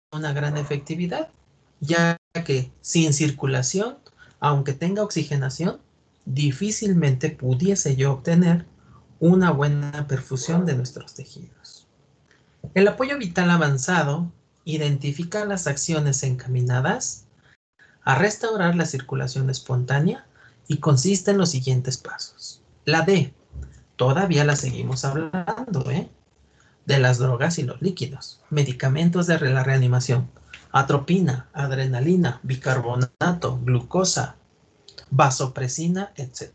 una gran efectividad, ya que sin circulación, aunque tenga oxigenación, difícilmente pudiese yo obtener una buena perfusión de nuestros tejidos. El apoyo vital avanzado identifica las acciones encaminadas a restaurar la circulación espontánea y consiste en los siguientes pasos. La D, todavía la seguimos hablando, de las drogas y los líquidos, medicamentos de la reanimación, atropina, adrenalina, bicarbonato, glucosa, vasopresina, etc.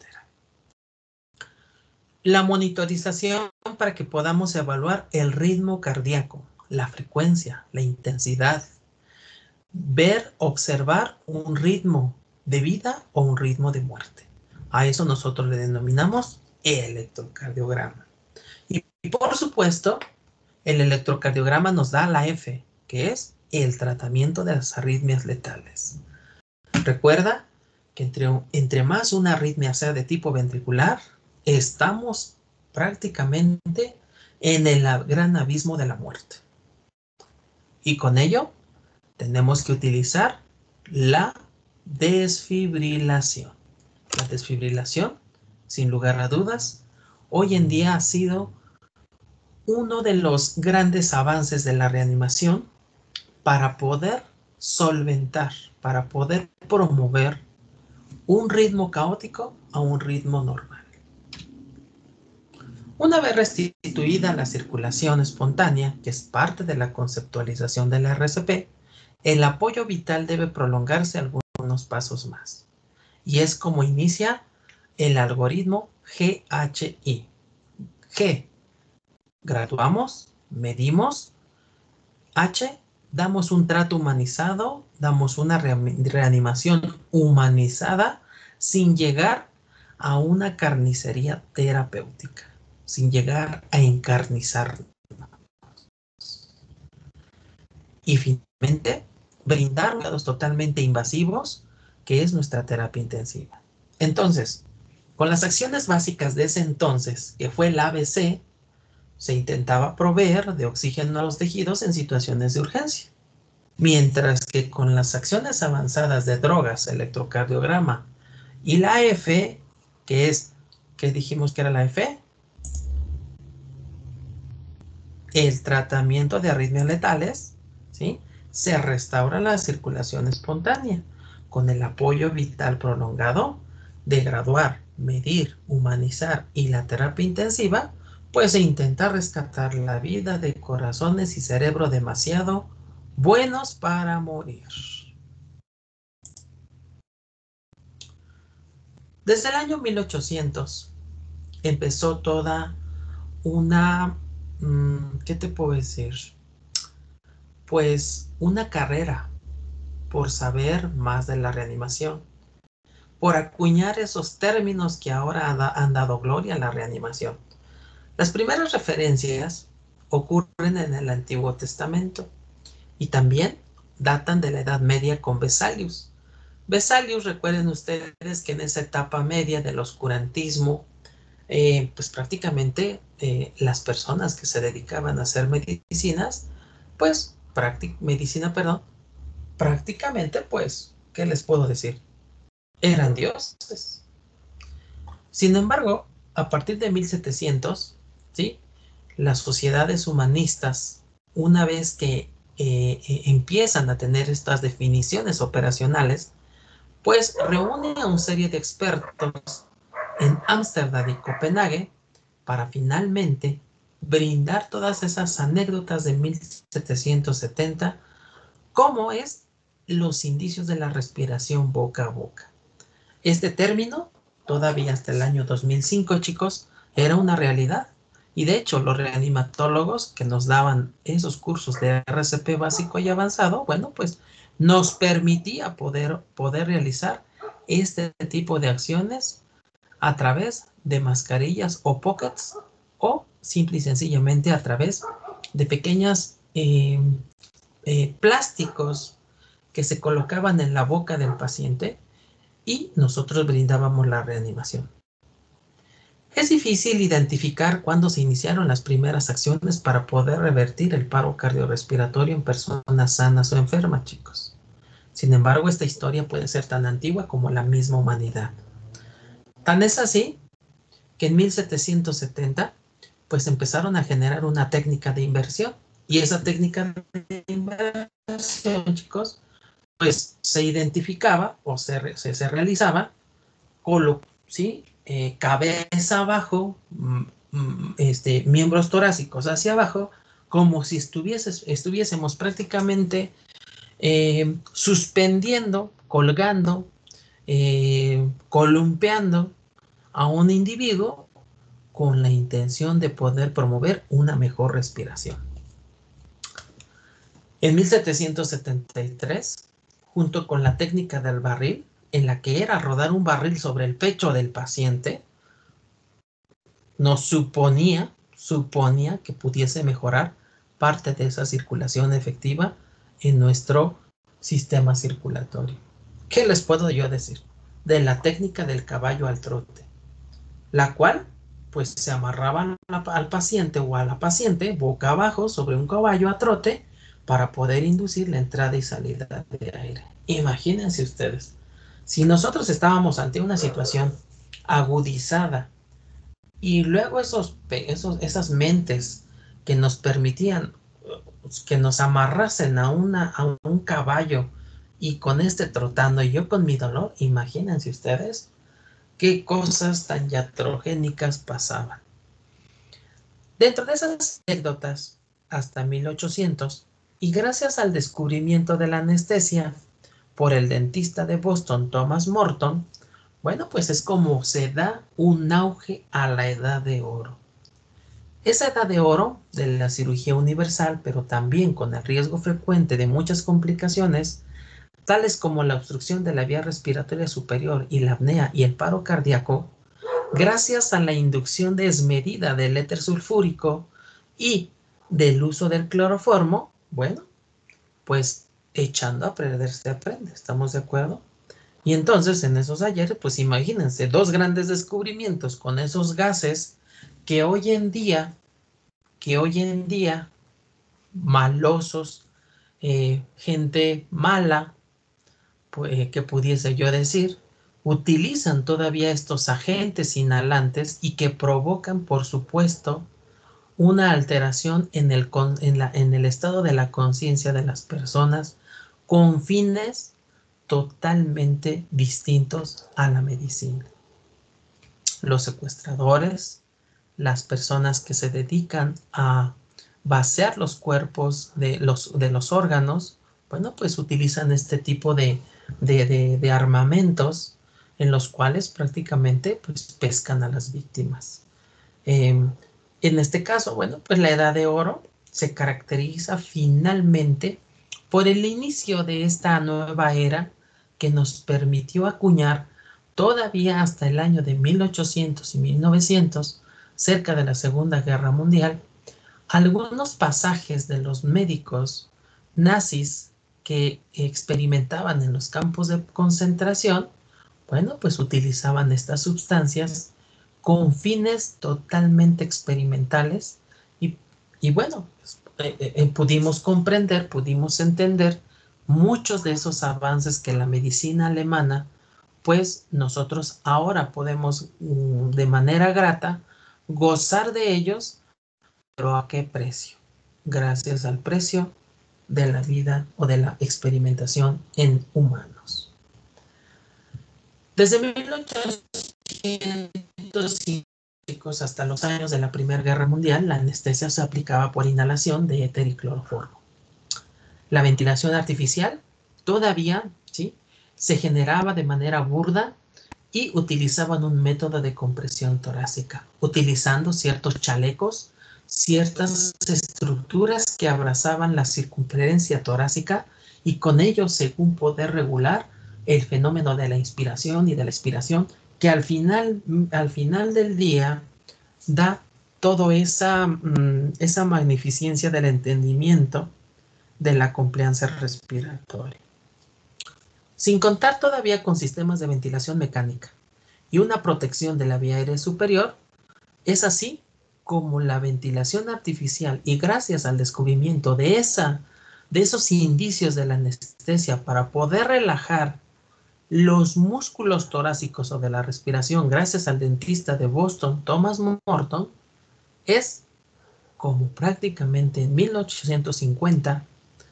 La monitorización para que podamos evaluar el ritmo cardíaco, la frecuencia, la intensidad, ver, observar un ritmo de vida o un ritmo de muerte. A eso nosotros le denominamos electrocardiograma. Y por supuesto, el electrocardiograma nos da la F, que es el tratamiento de las arritmias letales. Recuerda que entre más una arritmia sea de tipo ventricular, estamos prácticamente en el gran abismo de la muerte. Y con ello, tenemos que utilizar la desfibrilación. La desfibrilación, sin lugar a dudas, hoy en día ha sido uno de los grandes avances de la reanimación para poder solventar, para poder promover un ritmo caótico a un ritmo normal. Una vez restituida la circulación espontánea, que es parte de la conceptualización de la RCP, el apoyo vital debe prolongarse algunos pasos más. Y es como inicia el algoritmo GHI. G, graduamos, medimos. H, damos un trato humanizado, damos una reanimación humanizada sin llegar a una carnicería terapéutica, sin llegar a encarnizarnos. Y finalmente, brindar cuidados totalmente invasivos, que es nuestra terapia intensiva. Entonces, con las acciones básicas de ese entonces, que fue el ABC, se intentaba proveer de oxígeno a los tejidos en situaciones de urgencia. Mientras que con las acciones avanzadas de drogas, electrocardiograma y la F, que es, ¿qué dijimos que era la F? El tratamiento de arritmias letales, ¿sí? Se restaura la circulación espontánea con el apoyo vital prolongado de graduar, medir, humanizar y la terapia intensiva, pues se intenta rescatar la vida de corazones y cerebro demasiado buenos para morir. Desde el año 1800 empezó toda una, ¿qué te puedo decir? Pues una carrera por saber más de la reanimación, por acuñar esos términos que ahora han dado gloria a la reanimación. Las primeras referencias ocurren en el Antiguo Testamento y también datan de la Edad Media con Vesalius. Vesalius, recuerden ustedes que en esa etapa media del oscurantismo, pues prácticamente las personas que se dedicaban a hacer medicinas, pues prácticamente, pues, ¿qué les puedo decir? Eran dioses. Sin embargo, a partir de 1700, ¿sí? Las sociedades humanistas, una vez que empiezan a tener estas definiciones operacionales, pues reúnen a una serie de expertos en Ámsterdam y Copenhague para finalmente brindar todas esas anécdotas de 1770, como es los indicios de la respiración boca a boca. Este término, todavía hasta el año 2005, chicos, era una realidad. Y de hecho, los reanimatólogos que nos daban esos cursos de RCP básico y avanzado, bueno, pues nos permitía poder realizar este tipo de acciones a través de mascarillas o pockets o simple y sencillamente a través de pequeñas plásticos que se colocaban en la boca del paciente y nosotros brindábamos la reanimación. Es difícil identificar cuándo se iniciaron las primeras acciones para poder revertir el paro cardiorrespiratorio en personas sanas o enfermas, chicos. Sin embargo, esta historia puede ser tan antigua como la misma humanidad. Tan es así que en 1770 pues empezaron a generar una técnica de inversión. Y esa técnica de inversión, chicos, pues se identificaba o se realizaba con ¿sí? Cabeza abajo, miembros torácicos hacia abajo, como si estuviésemos prácticamente suspendiendo, colgando, columpiando a un individuo con la intención de poder promover una mejor respiración. En 1773, junto con la técnica del barril, en la que era rodar un barril sobre el pecho del paciente, nos suponía que pudiese mejorar parte de esa circulación efectiva en nuestro sistema circulatorio. ¿Qué les puedo yo decir? De la técnica del caballo al trote, la cual pues se amarraban al paciente o a la paciente boca abajo sobre un caballo a trote para poder inducir la entrada y salida de aire. Imagínense ustedes, si nosotros estábamos ante una situación agudizada y luego esas mentes que nos permitían que nos amarrasen a un caballo y con este trotando y yo con mi dolor, imagínense ustedes qué cosas tan iatrogénicas pasaban. Dentro de esas anécdotas, hasta 1800, y gracias al descubrimiento de la anestesia por el dentista de Boston, Thomas Morton, bueno, pues es como se da un auge a la edad de oro. Esa edad de oro de la cirugía universal, pero también con el riesgo frecuente de muchas complicaciones, tales como la obstrucción de la vía respiratoria superior y la apnea y el paro cardíaco, gracias a la inducción desmedida del éter sulfúrico y del uso del cloroformo, bueno, pues echando a perder se aprende, ¿estamos de acuerdo? Y entonces en esos ayeres, pues imagínense, dos grandes descubrimientos con esos gases que hoy en día, malosos, gente mala, pues, que pudiese yo decir, utilizan todavía estos agentes inhalantes y que provocan, por supuesto, una alteración en el estado de la conciencia de las personas con fines totalmente distintos a la medicina. Los secuestradores, las personas que se dedican a vaciar los cuerpos de los órganos, bueno, pues utilizan este tipo de armamentos en los cuales prácticamente pues, pescan a las víctimas. En este caso, bueno, pues la edad de oro se caracteriza finalmente por el inicio de esta nueva era que nos permitió acuñar todavía hasta el año de 1800 y 1900, cerca de la Segunda Guerra Mundial, algunos pasajes de los médicos nazis que experimentaban en los campos de concentración, bueno, pues utilizaban estas sustancias con fines totalmente experimentales y, y bueno, pues, pudimos comprender, pudimos entender muchos de esos avances que la medicina alemana, pues nosotros ahora podemos de manera grata gozar de ellos, pero ¿a qué precio? Gracias al precio de la vida o de la experimentación en humanos. Desde 1800 hasta los años de la Primera Guerra Mundial, la anestesia se aplicaba por inhalación de éter y cloroformo. La ventilación artificial todavía, ¿sí?, se generaba de manera burda y utilizaban un método de compresión torácica, utilizando ciertos chalecos, ciertas estructuras que abrazaban la circunferencia torácica y con ello, según poder regular el fenómeno de la inspiración y de la expiración, que al final del día da toda esa magnificencia del entendimiento de la compliance respiratoria. Sin contar todavía con sistemas de ventilación mecánica y una protección de la vía aérea superior, Es así como la ventilación artificial, y gracias al descubrimiento de esos indicios de la anestesia para poder relajar los músculos torácicos o de la respiración, gracias al dentista de Boston, Thomas Morton, es como prácticamente en 1850,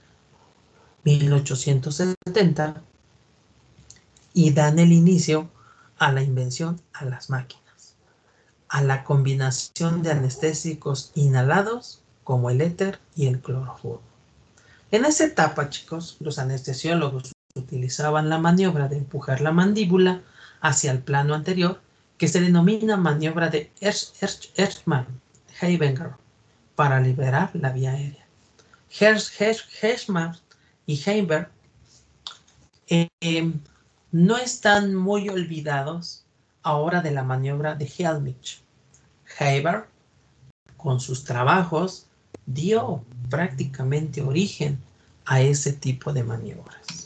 1870, y dan el inicio a la invención a las máquinas, a la combinación de anestésicos inhalados como el éter y el cloroformo. En esa etapa, chicos, los anestesiólogos utilizaban la maniobra de empujar la mandíbula hacia el plano anterior, que se denomina maniobra de Hirschman-Heiberger, para liberar la vía aérea. Hirschman y Heiberger no están muy olvidados ahora de la maniobra de Helmich. Heiberger, con sus trabajos, dio prácticamente origen a ese tipo de maniobras.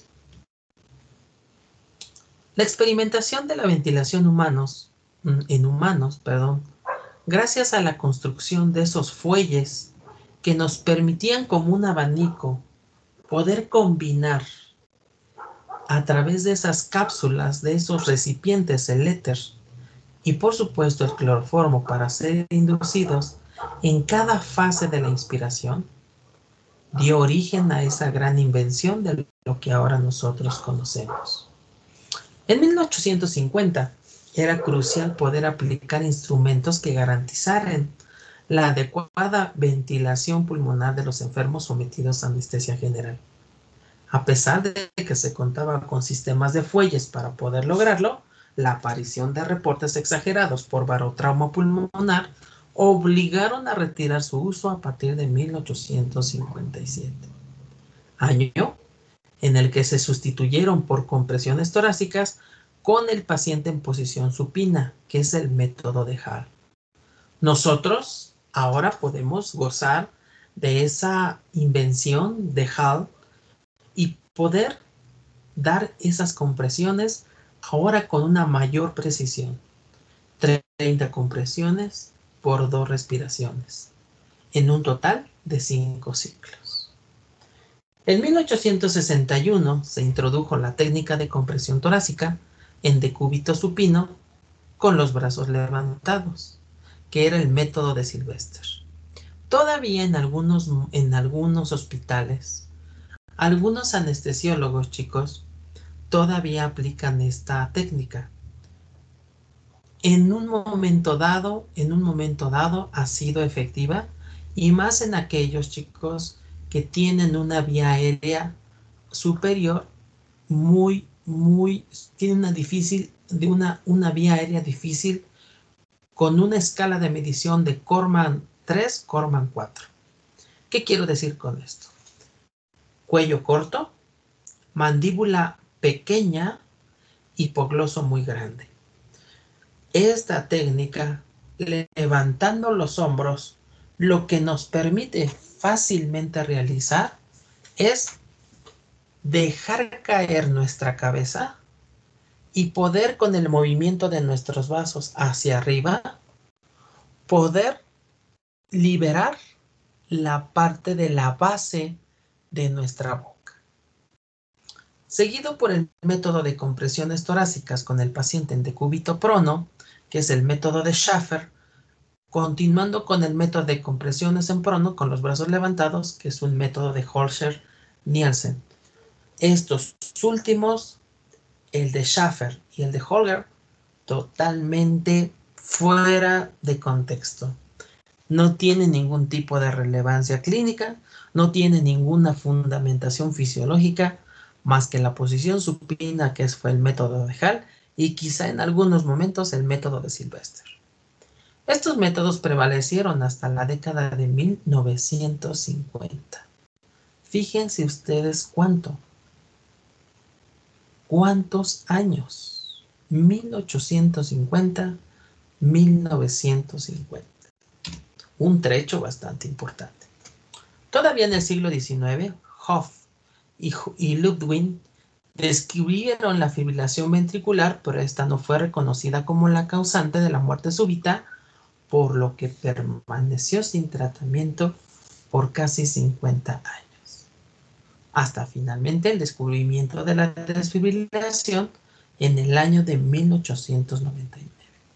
La experimentación de la ventilación en humanos, gracias a la construcción de esos fuelles que nos permitían como un abanico poder combinar a través de esas cápsulas, de esos recipientes, el éter y por supuesto el cloroformo para ser inducidos en cada fase de la inspiración, dio origen a esa gran invención de lo que ahora nosotros conocemos. En 1850 era crucial poder aplicar instrumentos que garantizaran la adecuada ventilación pulmonar de los enfermos sometidos a anestesia general. A pesar de que se contaba con sistemas de fuelles para poder lograrlo, la aparición de reportes exagerados por barotrauma pulmonar obligaron a retirar su uso a partir de 1857, año en el que se sustituyeron por compresiones torácicas con el paciente en posición supina, que es el método de Hall. Nosotros ahora podemos gozar de esa invención de Hall y poder dar esas compresiones ahora con una mayor precisión. 30 compresiones por 2 respiraciones, en un total de 5 ciclos. En 1861 se introdujo la técnica de compresión torácica en decúbito supino con los brazos levantados, que era el método de Sylvester. Todavía en algunos hospitales, algunos anestesiólogos, chicos, todavía aplican esta técnica. En un momento dado ha sido efectiva, y más en aquellos chicos que tienen una vía aérea superior tiene una vía aérea difícil, con una escala de medición de Corman 3, Corman 4. ¿Qué quiero decir con esto? Cuello corto, mandíbula pequeña, hipogloso muy grande. Esta técnica, levantando los hombros, lo que nos permite fácilmente realizar es dejar caer nuestra cabeza y poder, con el movimiento de nuestros brazos hacia arriba, poder liberar la parte de la base de nuestra boca. Seguido por el método de compresiones torácicas con el paciente en decúbito prono, que es el método de Schaffer, continuando con el método de compresiones en prono con los brazos levantados, que es un método de Holzer-Nielsen. Estos últimos, el de Schaffer y el de Holger, totalmente fuera de contexto. No tiene ningún tipo de relevancia clínica, no tiene ninguna fundamentación fisiológica, más que la posición supina, que fue el método de Hall, y quizá en algunos momentos el método de Sylvester. Estos métodos prevalecieron hasta la década de 1950. Fíjense ustedes cuántos años. 1850, 1950. Un trecho bastante importante. Todavía en el siglo XIX, Hoff y Ludwig descubrieron la fibrilación ventricular, pero esta no fue reconocida como la causante de la muerte súbita por lo que permaneció sin tratamiento por casi 50 años, hasta finalmente el descubrimiento de la desfibrilación en el año de 1899.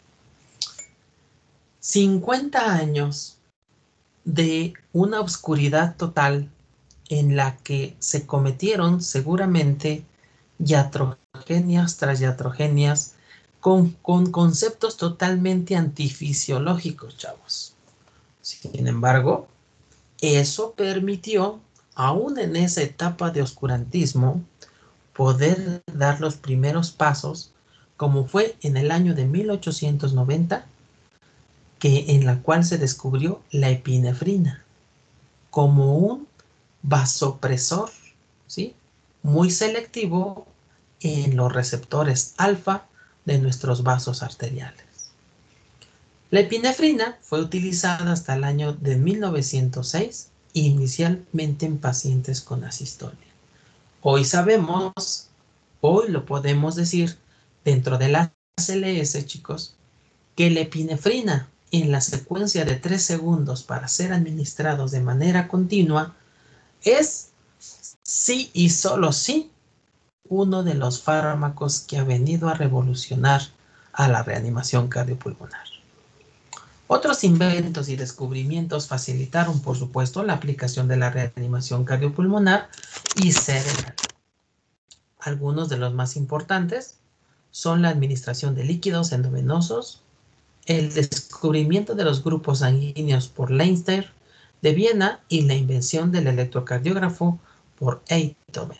50 años de una oscuridad total en la que se cometieron seguramente iatrogenias tras iatrogenias con conceptos totalmente antifisiológicos, chavos. Sin embargo, eso permitió, aún en esa etapa de oscurantismo, poder dar los primeros pasos, como fue en el año de 1890, en la cual se descubrió la epinefrina como un vasopresor, ¿sí? Muy selectivo en los receptores alfa de nuestros vasos arteriales. La epinefrina fue utilizada hasta el año de 1906, inicialmente en pacientes con asistolia. Hoy sabemos, hoy lo podemos decir dentro de la ACLS, chicos, que la epinefrina en la secuencia de 3 segundos para ser administrados de manera continua es sí y solo sí uno de los fármacos que ha venido a revolucionar a la reanimación cardiopulmonar. Otros inventos y descubrimientos facilitaron, por supuesto, la aplicación de la reanimación cardiopulmonar y cerebral. Algunos de los más importantes son la administración de líquidos endovenosos, el descubrimiento de los grupos sanguíneos por Leinster de Viena y la invención del electrocardiógrafo por Einthoven.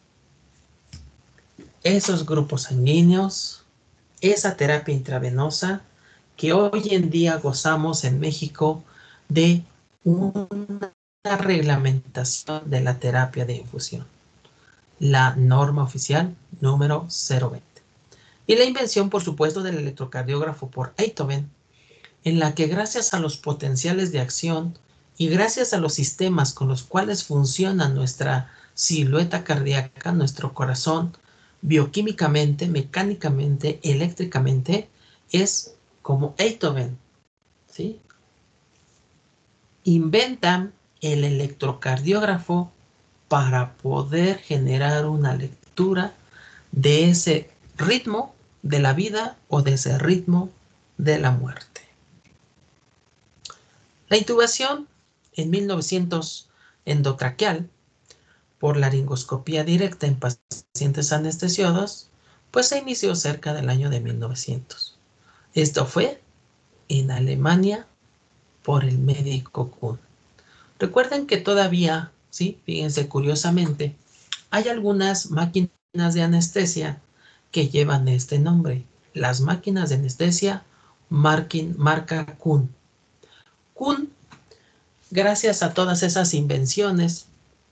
Esos grupos sanguíneos, esa terapia intravenosa que hoy en día gozamos en México de una reglamentación de la terapia de infusión, la norma oficial número 020. Y la invención, por supuesto, del electrocardiógrafo por Einthoven, en la que gracias a los potenciales de acción y gracias a los sistemas con los cuales funciona nuestra silueta cardíaca, nuestro corazón, bioquímicamente, mecánicamente, eléctricamente, es como Einthoven, ¿sí? Inventan el electrocardiógrafo para poder generar una lectura de ese ritmo de la vida o de ese ritmo de la muerte. La intubación en 1900 endotraqueal por laringoscopía directa en pacientes anestesiados, pues se inició cerca del año de 1900. Esto fue en Alemania por el médico Kuhn. Recuerden que todavía, sí, fíjense curiosamente, hay algunas máquinas de anestesia que llevan este nombre. Las máquinas de anestesia marca Kuhn. Kuhn, gracias a todas esas invenciones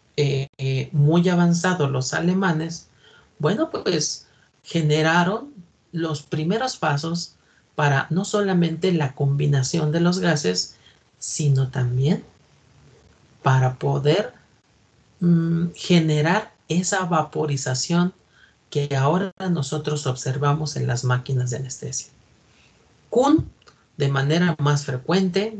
muy avanzados los alemanes, bueno, pues generaron los primeros pasos para no solamente la combinación de los gases, sino también para poder generar esa vaporización que ahora nosotros observamos en las máquinas de anestesia. Kuhn, de manera más frecuente,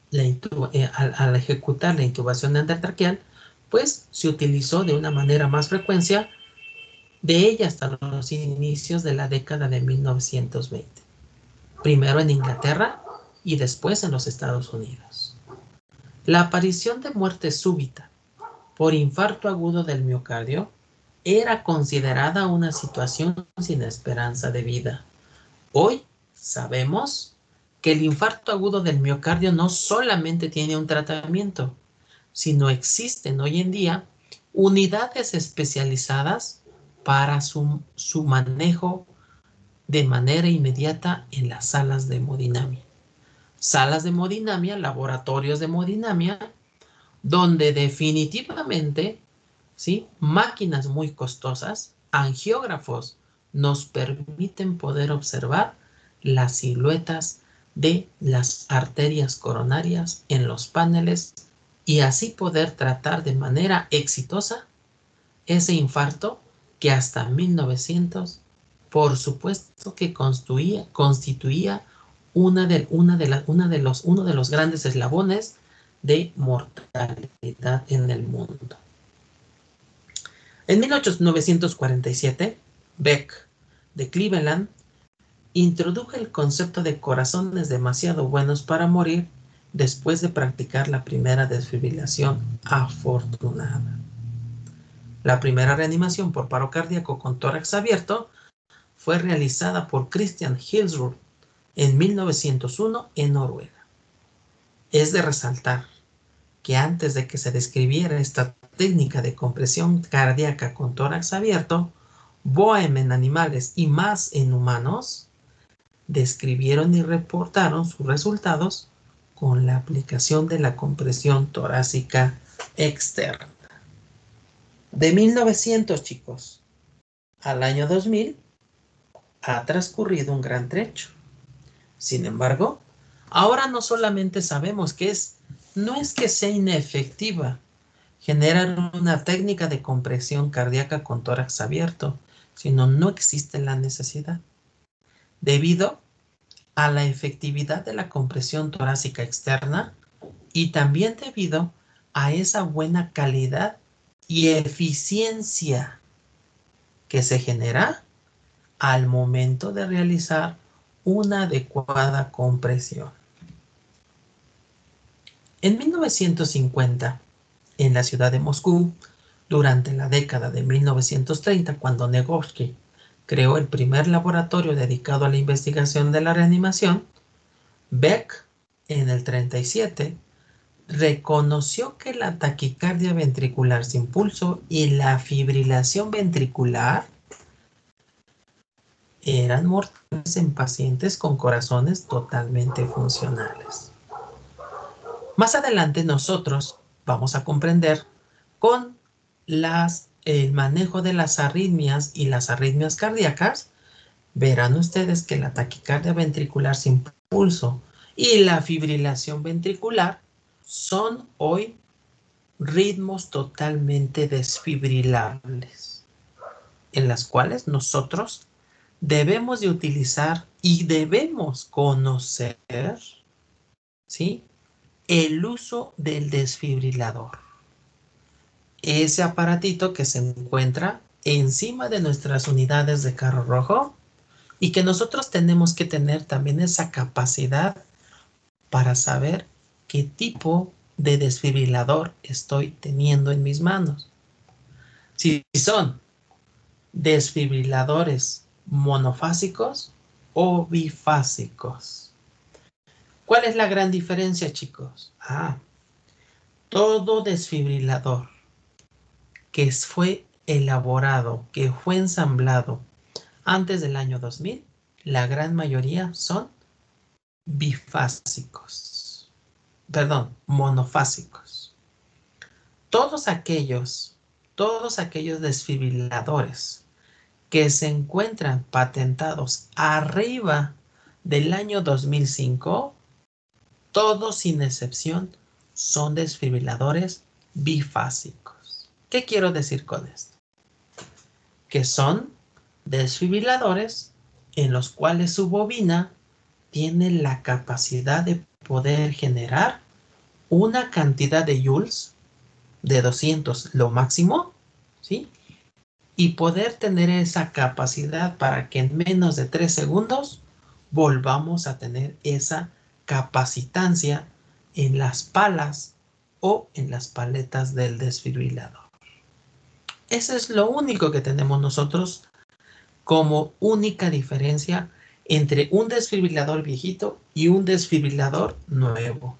al ejecutar la intubación endotraqueal, pues se utilizó de una manera más frecuencia de ella hasta los inicios de la década de 1920. Primero en Inglaterra y después en los Estados Unidos. La aparición de muerte súbita por infarto agudo del miocardio era considerada una situación sin esperanza de vida. Hoy sabemos que el infarto agudo del miocardio no solamente tiene un tratamiento, sino existen hoy en día unidades especializadas para su manejo de manera inmediata en las salas de hemodinamia. Salas de hemodinamia, laboratorios de hemodinamia, donde definitivamente, ¿sí?, máquinas muy costosas, angiógrafos, nos permiten poder observar las siluetas de las arterias coronarias en los paneles y así poder tratar de manera exitosa ese infarto que hasta 1900, por supuesto que constituía uno de los grandes eslabones de mortalidad en el mundo. En 1947, Beck, de Cleveland, introdujo el concepto de corazones demasiado buenos para morir después de practicar la primera desfibrilación afortunada. La primera reanimación por paro cardíaco con tórax abierto fue realizada por Christian Hilsrud en 1901 en Noruega. Es de resaltar que antes de que se describiera esta técnica de compresión cardíaca con tórax abierto, Boehm en animales y más en humanos describieron y reportaron sus resultados con la aplicación de la compresión torácica externa. De 1900, chicos, al año 2000 ha transcurrido un gran trecho. Sin embargo, ahora no solamente sabemos que no es que sea inefectiva generar una técnica de compresión cardíaca con tórax abierto, sino no existe la necesidad. Debido a la efectividad de la compresión torácica externa y también debido a esa buena calidad y eficiencia que se genera al momento de realizar una adecuada compresión. En 1950, en la ciudad de Moscú, durante la década de 1930, cuando Negovsky creó el primer laboratorio dedicado a la investigación de la reanimación, Beck, en el 37, reconoció que la taquicardia ventricular sin pulso y la fibrilación ventricular eran mortales en pacientes con corazones totalmente funcionales. Más adelante nosotros vamos a comprender con el manejo de las arritmias y las arritmias cardíacas, verán ustedes que la taquicardia ventricular sin pulso y la fibrilación ventricular son hoy ritmos totalmente desfibrilables, en las cuales nosotros debemos de utilizar y debemos conocer, ¿sí?, el uso del desfibrilador. Ese aparatito que se encuentra encima de nuestras unidades de carro rojo y que nosotros tenemos que tener también esa capacidad para saber qué tipo de desfibrilador estoy teniendo en mis manos. Si son desfibriladores monofásicos o bifásicos. ¿Cuál es la gran diferencia, chicos? Todo desfibrilador que fue elaborado, que fue ensamblado antes del año 2000, la gran mayoría son bifásicos. Perdón, monofásicos. Todos aquellos desfibriladores que se encuentran patentados arriba del año 2005, todos sin excepción son desfibriladores bifásicos. ¿Qué quiero decir con esto? Que son desfibriladores en los cuales su bobina tiene la capacidad de poder generar una cantidad de joules de 200 lo máximo, ¿sí?, y poder tener esa capacidad para que en menos de 3 segundos volvamos a tener esa capacitancia en las palas o en las paletas del desfibrilador. Eso es lo único que tenemos nosotros como única diferencia entre un desfibrilador viejito y un desfibrilador nuevo.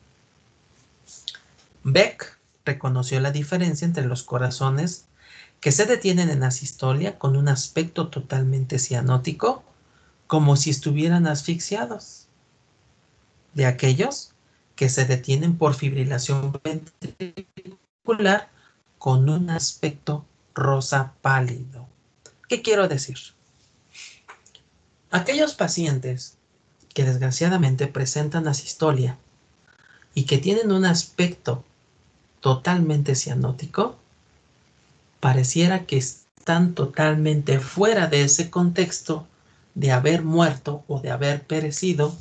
Beck reconoció la diferencia entre los corazones que se detienen en asistolia con un aspecto totalmente cianótico, como si estuvieran asfixiados, de aquellos que se detienen por fibrilación ventricular con un aspecto rosa pálido. ¿Qué quiero decir? Aquellos pacientes que desgraciadamente presentan asistolia y que tienen un aspecto totalmente cianótico, pareciera que están totalmente fuera de ese contexto de haber muerto o de haber perecido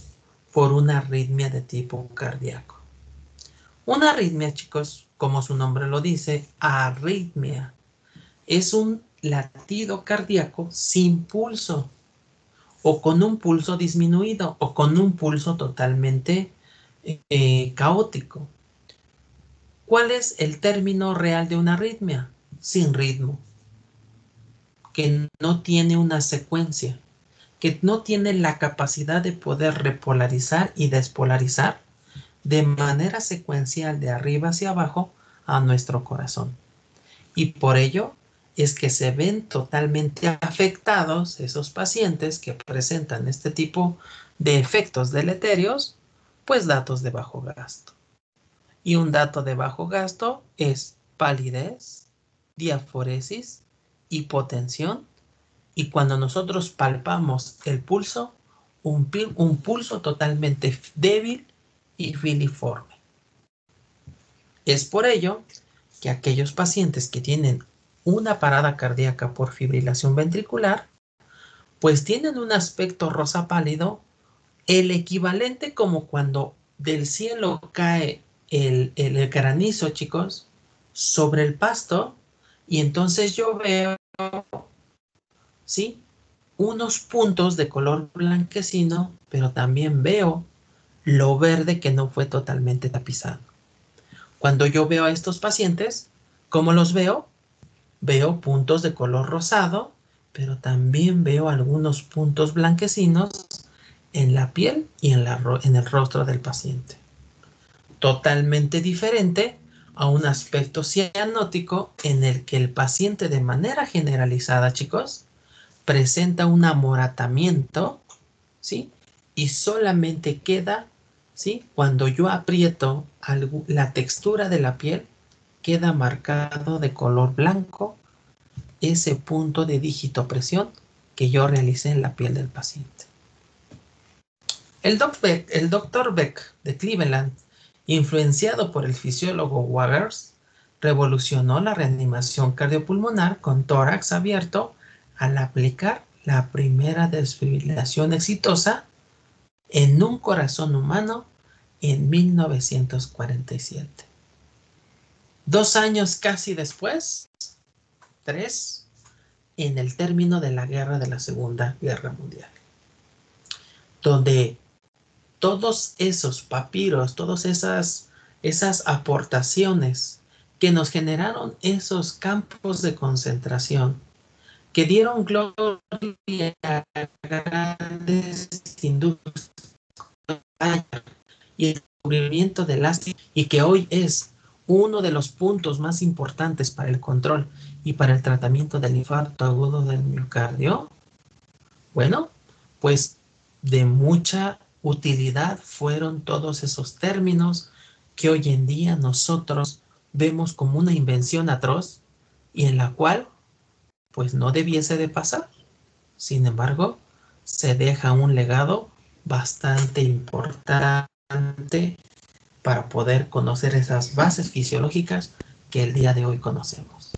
por una arritmia de tipo cardíaco. Una arritmia, chicos, como su nombre lo dice, arritmia, es un latido cardíaco sin pulso, o con un pulso disminuido, o con un pulso totalmente caótico. ¿Cuál es el término real de una arritmia? Sin ritmo, que no tiene una secuencia, que no tiene la capacidad de poder repolarizar y despolarizar de manera secuencial de arriba hacia abajo a nuestro corazón. Y por ello es que se ven totalmente afectados esos pacientes que presentan este tipo de efectos deleterios, pues datos de bajo gasto. Y un dato de bajo gasto es palidez, diaforesis, hipotensión, y cuando nosotros palpamos el pulso, un pulso totalmente débil y filiforme. Es por ello que aquellos pacientes que tienen una parada cardíaca por fibrilación ventricular, pues tienen un aspecto rosa pálido, el equivalente como cuando del cielo cae el granizo, chicos, sobre el pasto, y entonces yo veo, ¿sí? Unos puntos de color blanquecino, pero también veo lo verde que no fue totalmente tapizado. Cuando yo veo a estos pacientes, ¿cómo los veo? Veo puntos de color rosado, pero también veo algunos puntos blanquecinos en la piel y en el rostro del paciente. Totalmente diferente a un aspecto cianótico en el que el paciente de manera generalizada, chicos, presenta un amoratamiento, ¿sí? Y solamente queda, ¿sí? Cuando yo aprieto la textura de la piel, queda marcado de color blanco ese punto de dígito-presión que yo realicé en la piel del paciente. El Dr. Beck de Cleveland, influenciado por el fisiólogo Waters, revolucionó la reanimación cardiopulmonar con tórax abierto al aplicar la primera desfibrilación exitosa en un corazón humano en 1947. 2 años casi después, 3, en el término de la guerra de la Segunda Guerra Mundial, donde todos esos papiros, todas esas aportaciones que nos generaron esos campos de concentración, que dieron gloria a grandes industrias y el descubrimiento del ácido, y que hoy es uno de los puntos más importantes para el control y para el tratamiento del infarto agudo del miocardio, bueno, pues de mucha utilidad fueron todos esos términos que hoy en día nosotros vemos como una invención atroz y en la cual pues no debiese de pasar. Sin embargo, se deja un legado bastante importante para poder conocer esas bases fisiológicas que el día de hoy conocemos.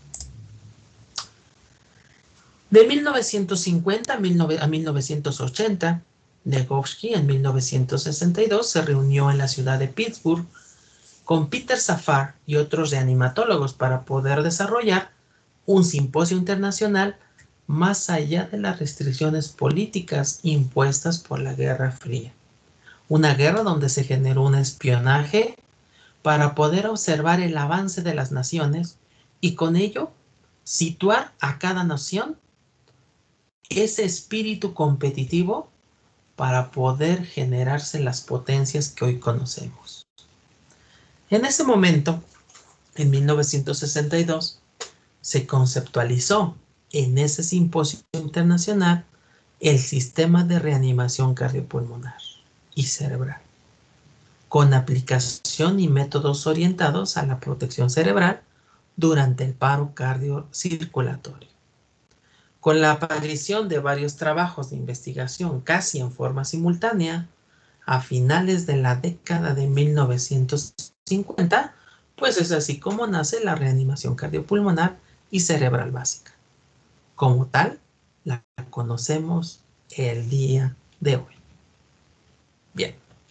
De 1950 a 1980, Vygotsky en 1962 se reunió en la ciudad de Pittsburgh con Peter Safar y otros reanimatólogos para poder desarrollar un simposio internacional más allá de las restricciones políticas impuestas por la Guerra Fría. Una guerra donde se generó un espionaje para poder observar el avance de las naciones y con ello situar a cada nación ese espíritu competitivo para poder generarse las potencias que hoy conocemos. En ese momento, en 1962, se conceptualizó en ese simposio internacional el sistema de reanimación cardiopulmonar y cerebral, con aplicación y métodos orientados a la protección cerebral durante el paro cardiocirculatorio. Con la aparición de varios trabajos de investigación casi en forma simultánea, a finales de la década de 1950, pues es así como nace la reanimación cardiopulmonar y cerebral básica. Como tal, la conocemos el día de hoy. Bien,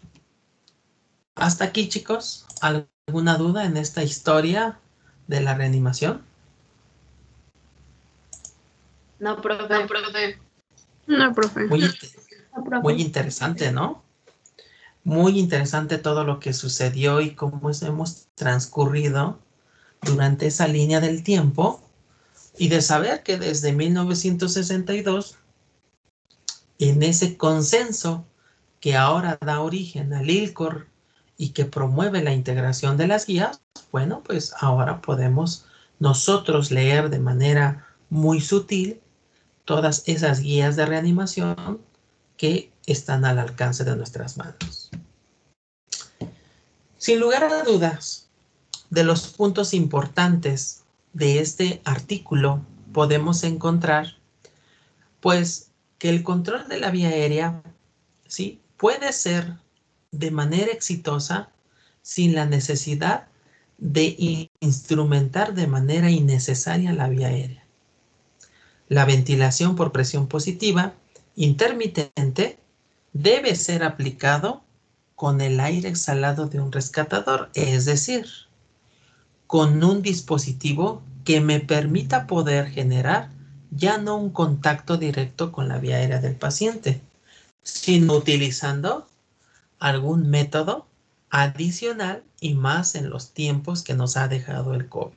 Hasta aquí, chicos. ¿Alguna duda en esta historia de la reanimación? No, profe. No, profe. Muy interesante, ¿no? Muy interesante todo lo que sucedió y cómo hemos transcurrido durante esa línea del tiempo, y de saber que desde 1962, en ese consenso que ahora da origen al ILCOR y que promueve la integración de las guías, bueno, pues ahora podemos nosotros leer de manera muy sutil todas esas guías de reanimación que están al alcance de nuestras manos. Sin lugar a dudas, de los puntos importantes de este artículo podemos encontrar, pues, que el control de la vía aérea, ¿sí?, puede ser de manera exitosa sin la necesidad de instrumentar de manera innecesaria la vía aérea. La ventilación por presión positiva intermitente debe ser aplicado con el aire exhalado de un rescatador, es decir, con un dispositivo que me permita poder generar ya no un contacto directo con la vía aérea del paciente, sino utilizando algún método adicional, y más en los tiempos que nos ha dejado el COVID.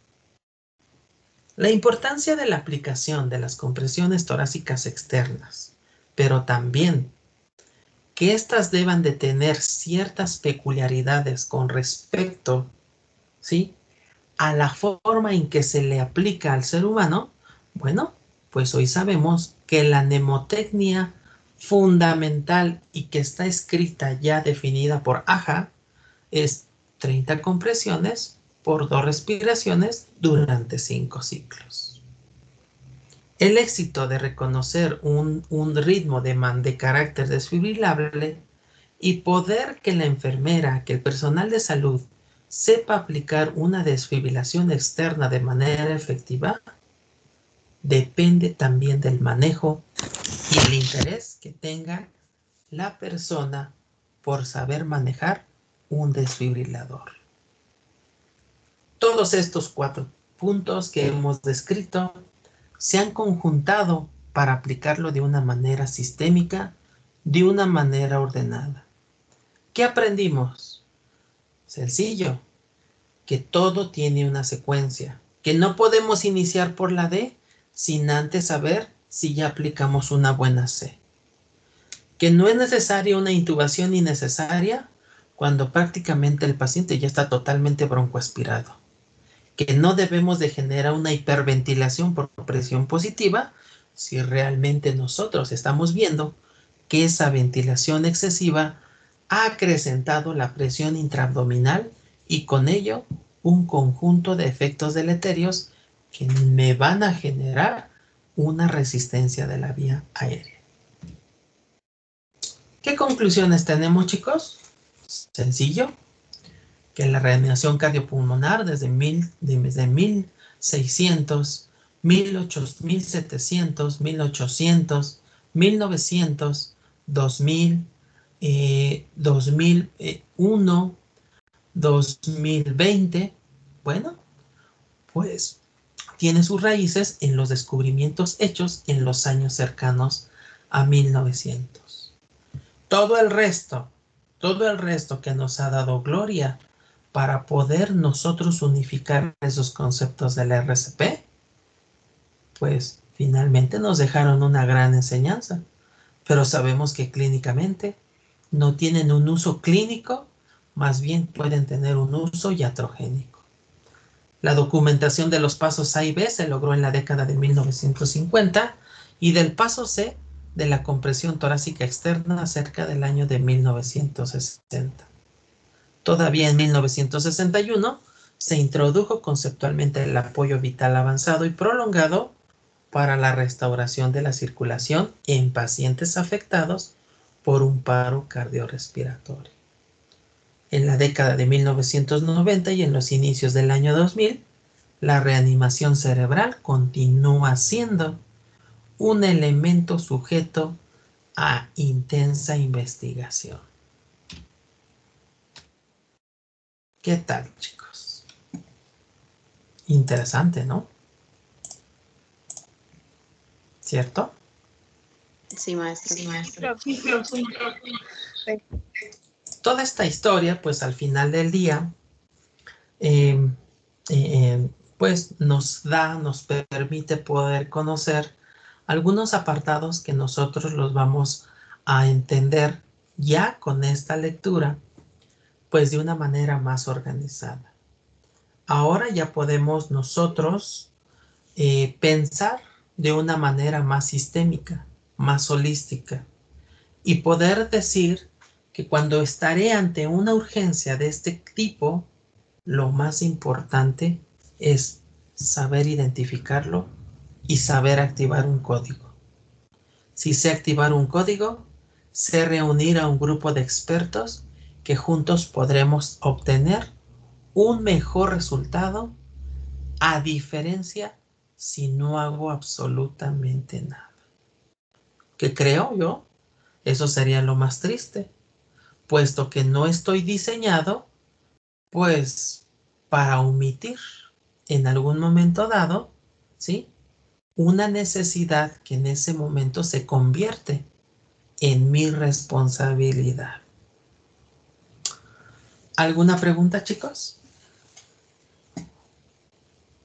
La importancia de la aplicación de las compresiones torácicas externas, pero también que éstas deban de tener ciertas peculiaridades con respecto, ¿sí?, a la forma en que se le aplica al ser humano. Bueno, pues hoy sabemos que la mnemotecnia fundamental y que está escrita ya definida por AHA es 30 compresiones por 2 respiraciones durante 5 ciclos. El éxito de reconocer un ritmo de carácter desfibrilable y poder que la enfermera, que el personal de salud sepa aplicar una desfibrilación externa de manera efectiva, depende también del manejo y el interés que tenga la persona por saber manejar un desfibrilador. Todos estos 4 puntos que hemos descrito se han conjuntado para aplicarlo de una manera sistémica, de una manera ordenada. ¿Qué aprendimos? Sencillo, que todo tiene una secuencia, que no podemos iniciar por la D sin antes saber si ya aplicamos una buena C, que no es necesaria una intubación innecesaria cuando prácticamente el paciente ya está totalmente broncoaspirado, que no debemos de generar una hiperventilación por presión positiva si realmente nosotros estamos viendo que esa ventilación excesiva ha acrecentado la presión intraabdominal y con ello un conjunto de efectos deleterios que me van a generar una resistencia de la vía aérea. ¿Qué conclusiones tenemos, chicos? Sencillo, que la reanimación cardiopulmonar desde 1600, 1700, 1800, 1900, 2000, 2001, 2020, bueno, pues tiene sus raíces en los descubrimientos hechos en los años cercanos a 1900. Todo el resto que nos ha dado gloria para poder nosotros unificar esos conceptos del RCP, pues finalmente nos dejaron una gran enseñanza, pero sabemos que clínicamente no tienen un uso clínico, más bien pueden tener un uso iatrogénico. La documentación de los pasos A y B se logró en la década de 1950 y del paso C de la compresión torácica externa cerca del año de 1960. Todavía en 1961 se introdujo conceptualmente el apoyo vital avanzado y prolongado para la restauración de la circulación en pacientes afectados por un paro cardiorrespiratorio. En la década de 1990 y en los inicios del año 2000, la reanimación cerebral continúa siendo un elemento sujeto a intensa investigación. ¿Qué tal, chicos? Interesante, ¿no? ¿Cierto? Sí, maestro. Sí, profe. Toda esta historia, pues al final del día, eh, pues nos permite poder conocer algunos apartados que nosotros los vamos a entender ya con esta lectura, pues de una manera más organizada. Ahora ya podemos nosotros pensar de una manera más sistémica, más holística, y poder decir que cuando estaré ante una urgencia de este tipo, lo más importante es saber identificarlo y saber activar un código. Si sé activar un código, sé reunir a un grupo de expertos que juntos podremos obtener un mejor resultado, a diferencia si no hago absolutamente nada. ¿Qué creo yo? Eso sería lo más triste, puesto que no estoy diseñado, pues, para omitir en algún momento dado, ¿sí? Una necesidad que en ese momento se convierte en mi responsabilidad. ¿Alguna pregunta, chicos?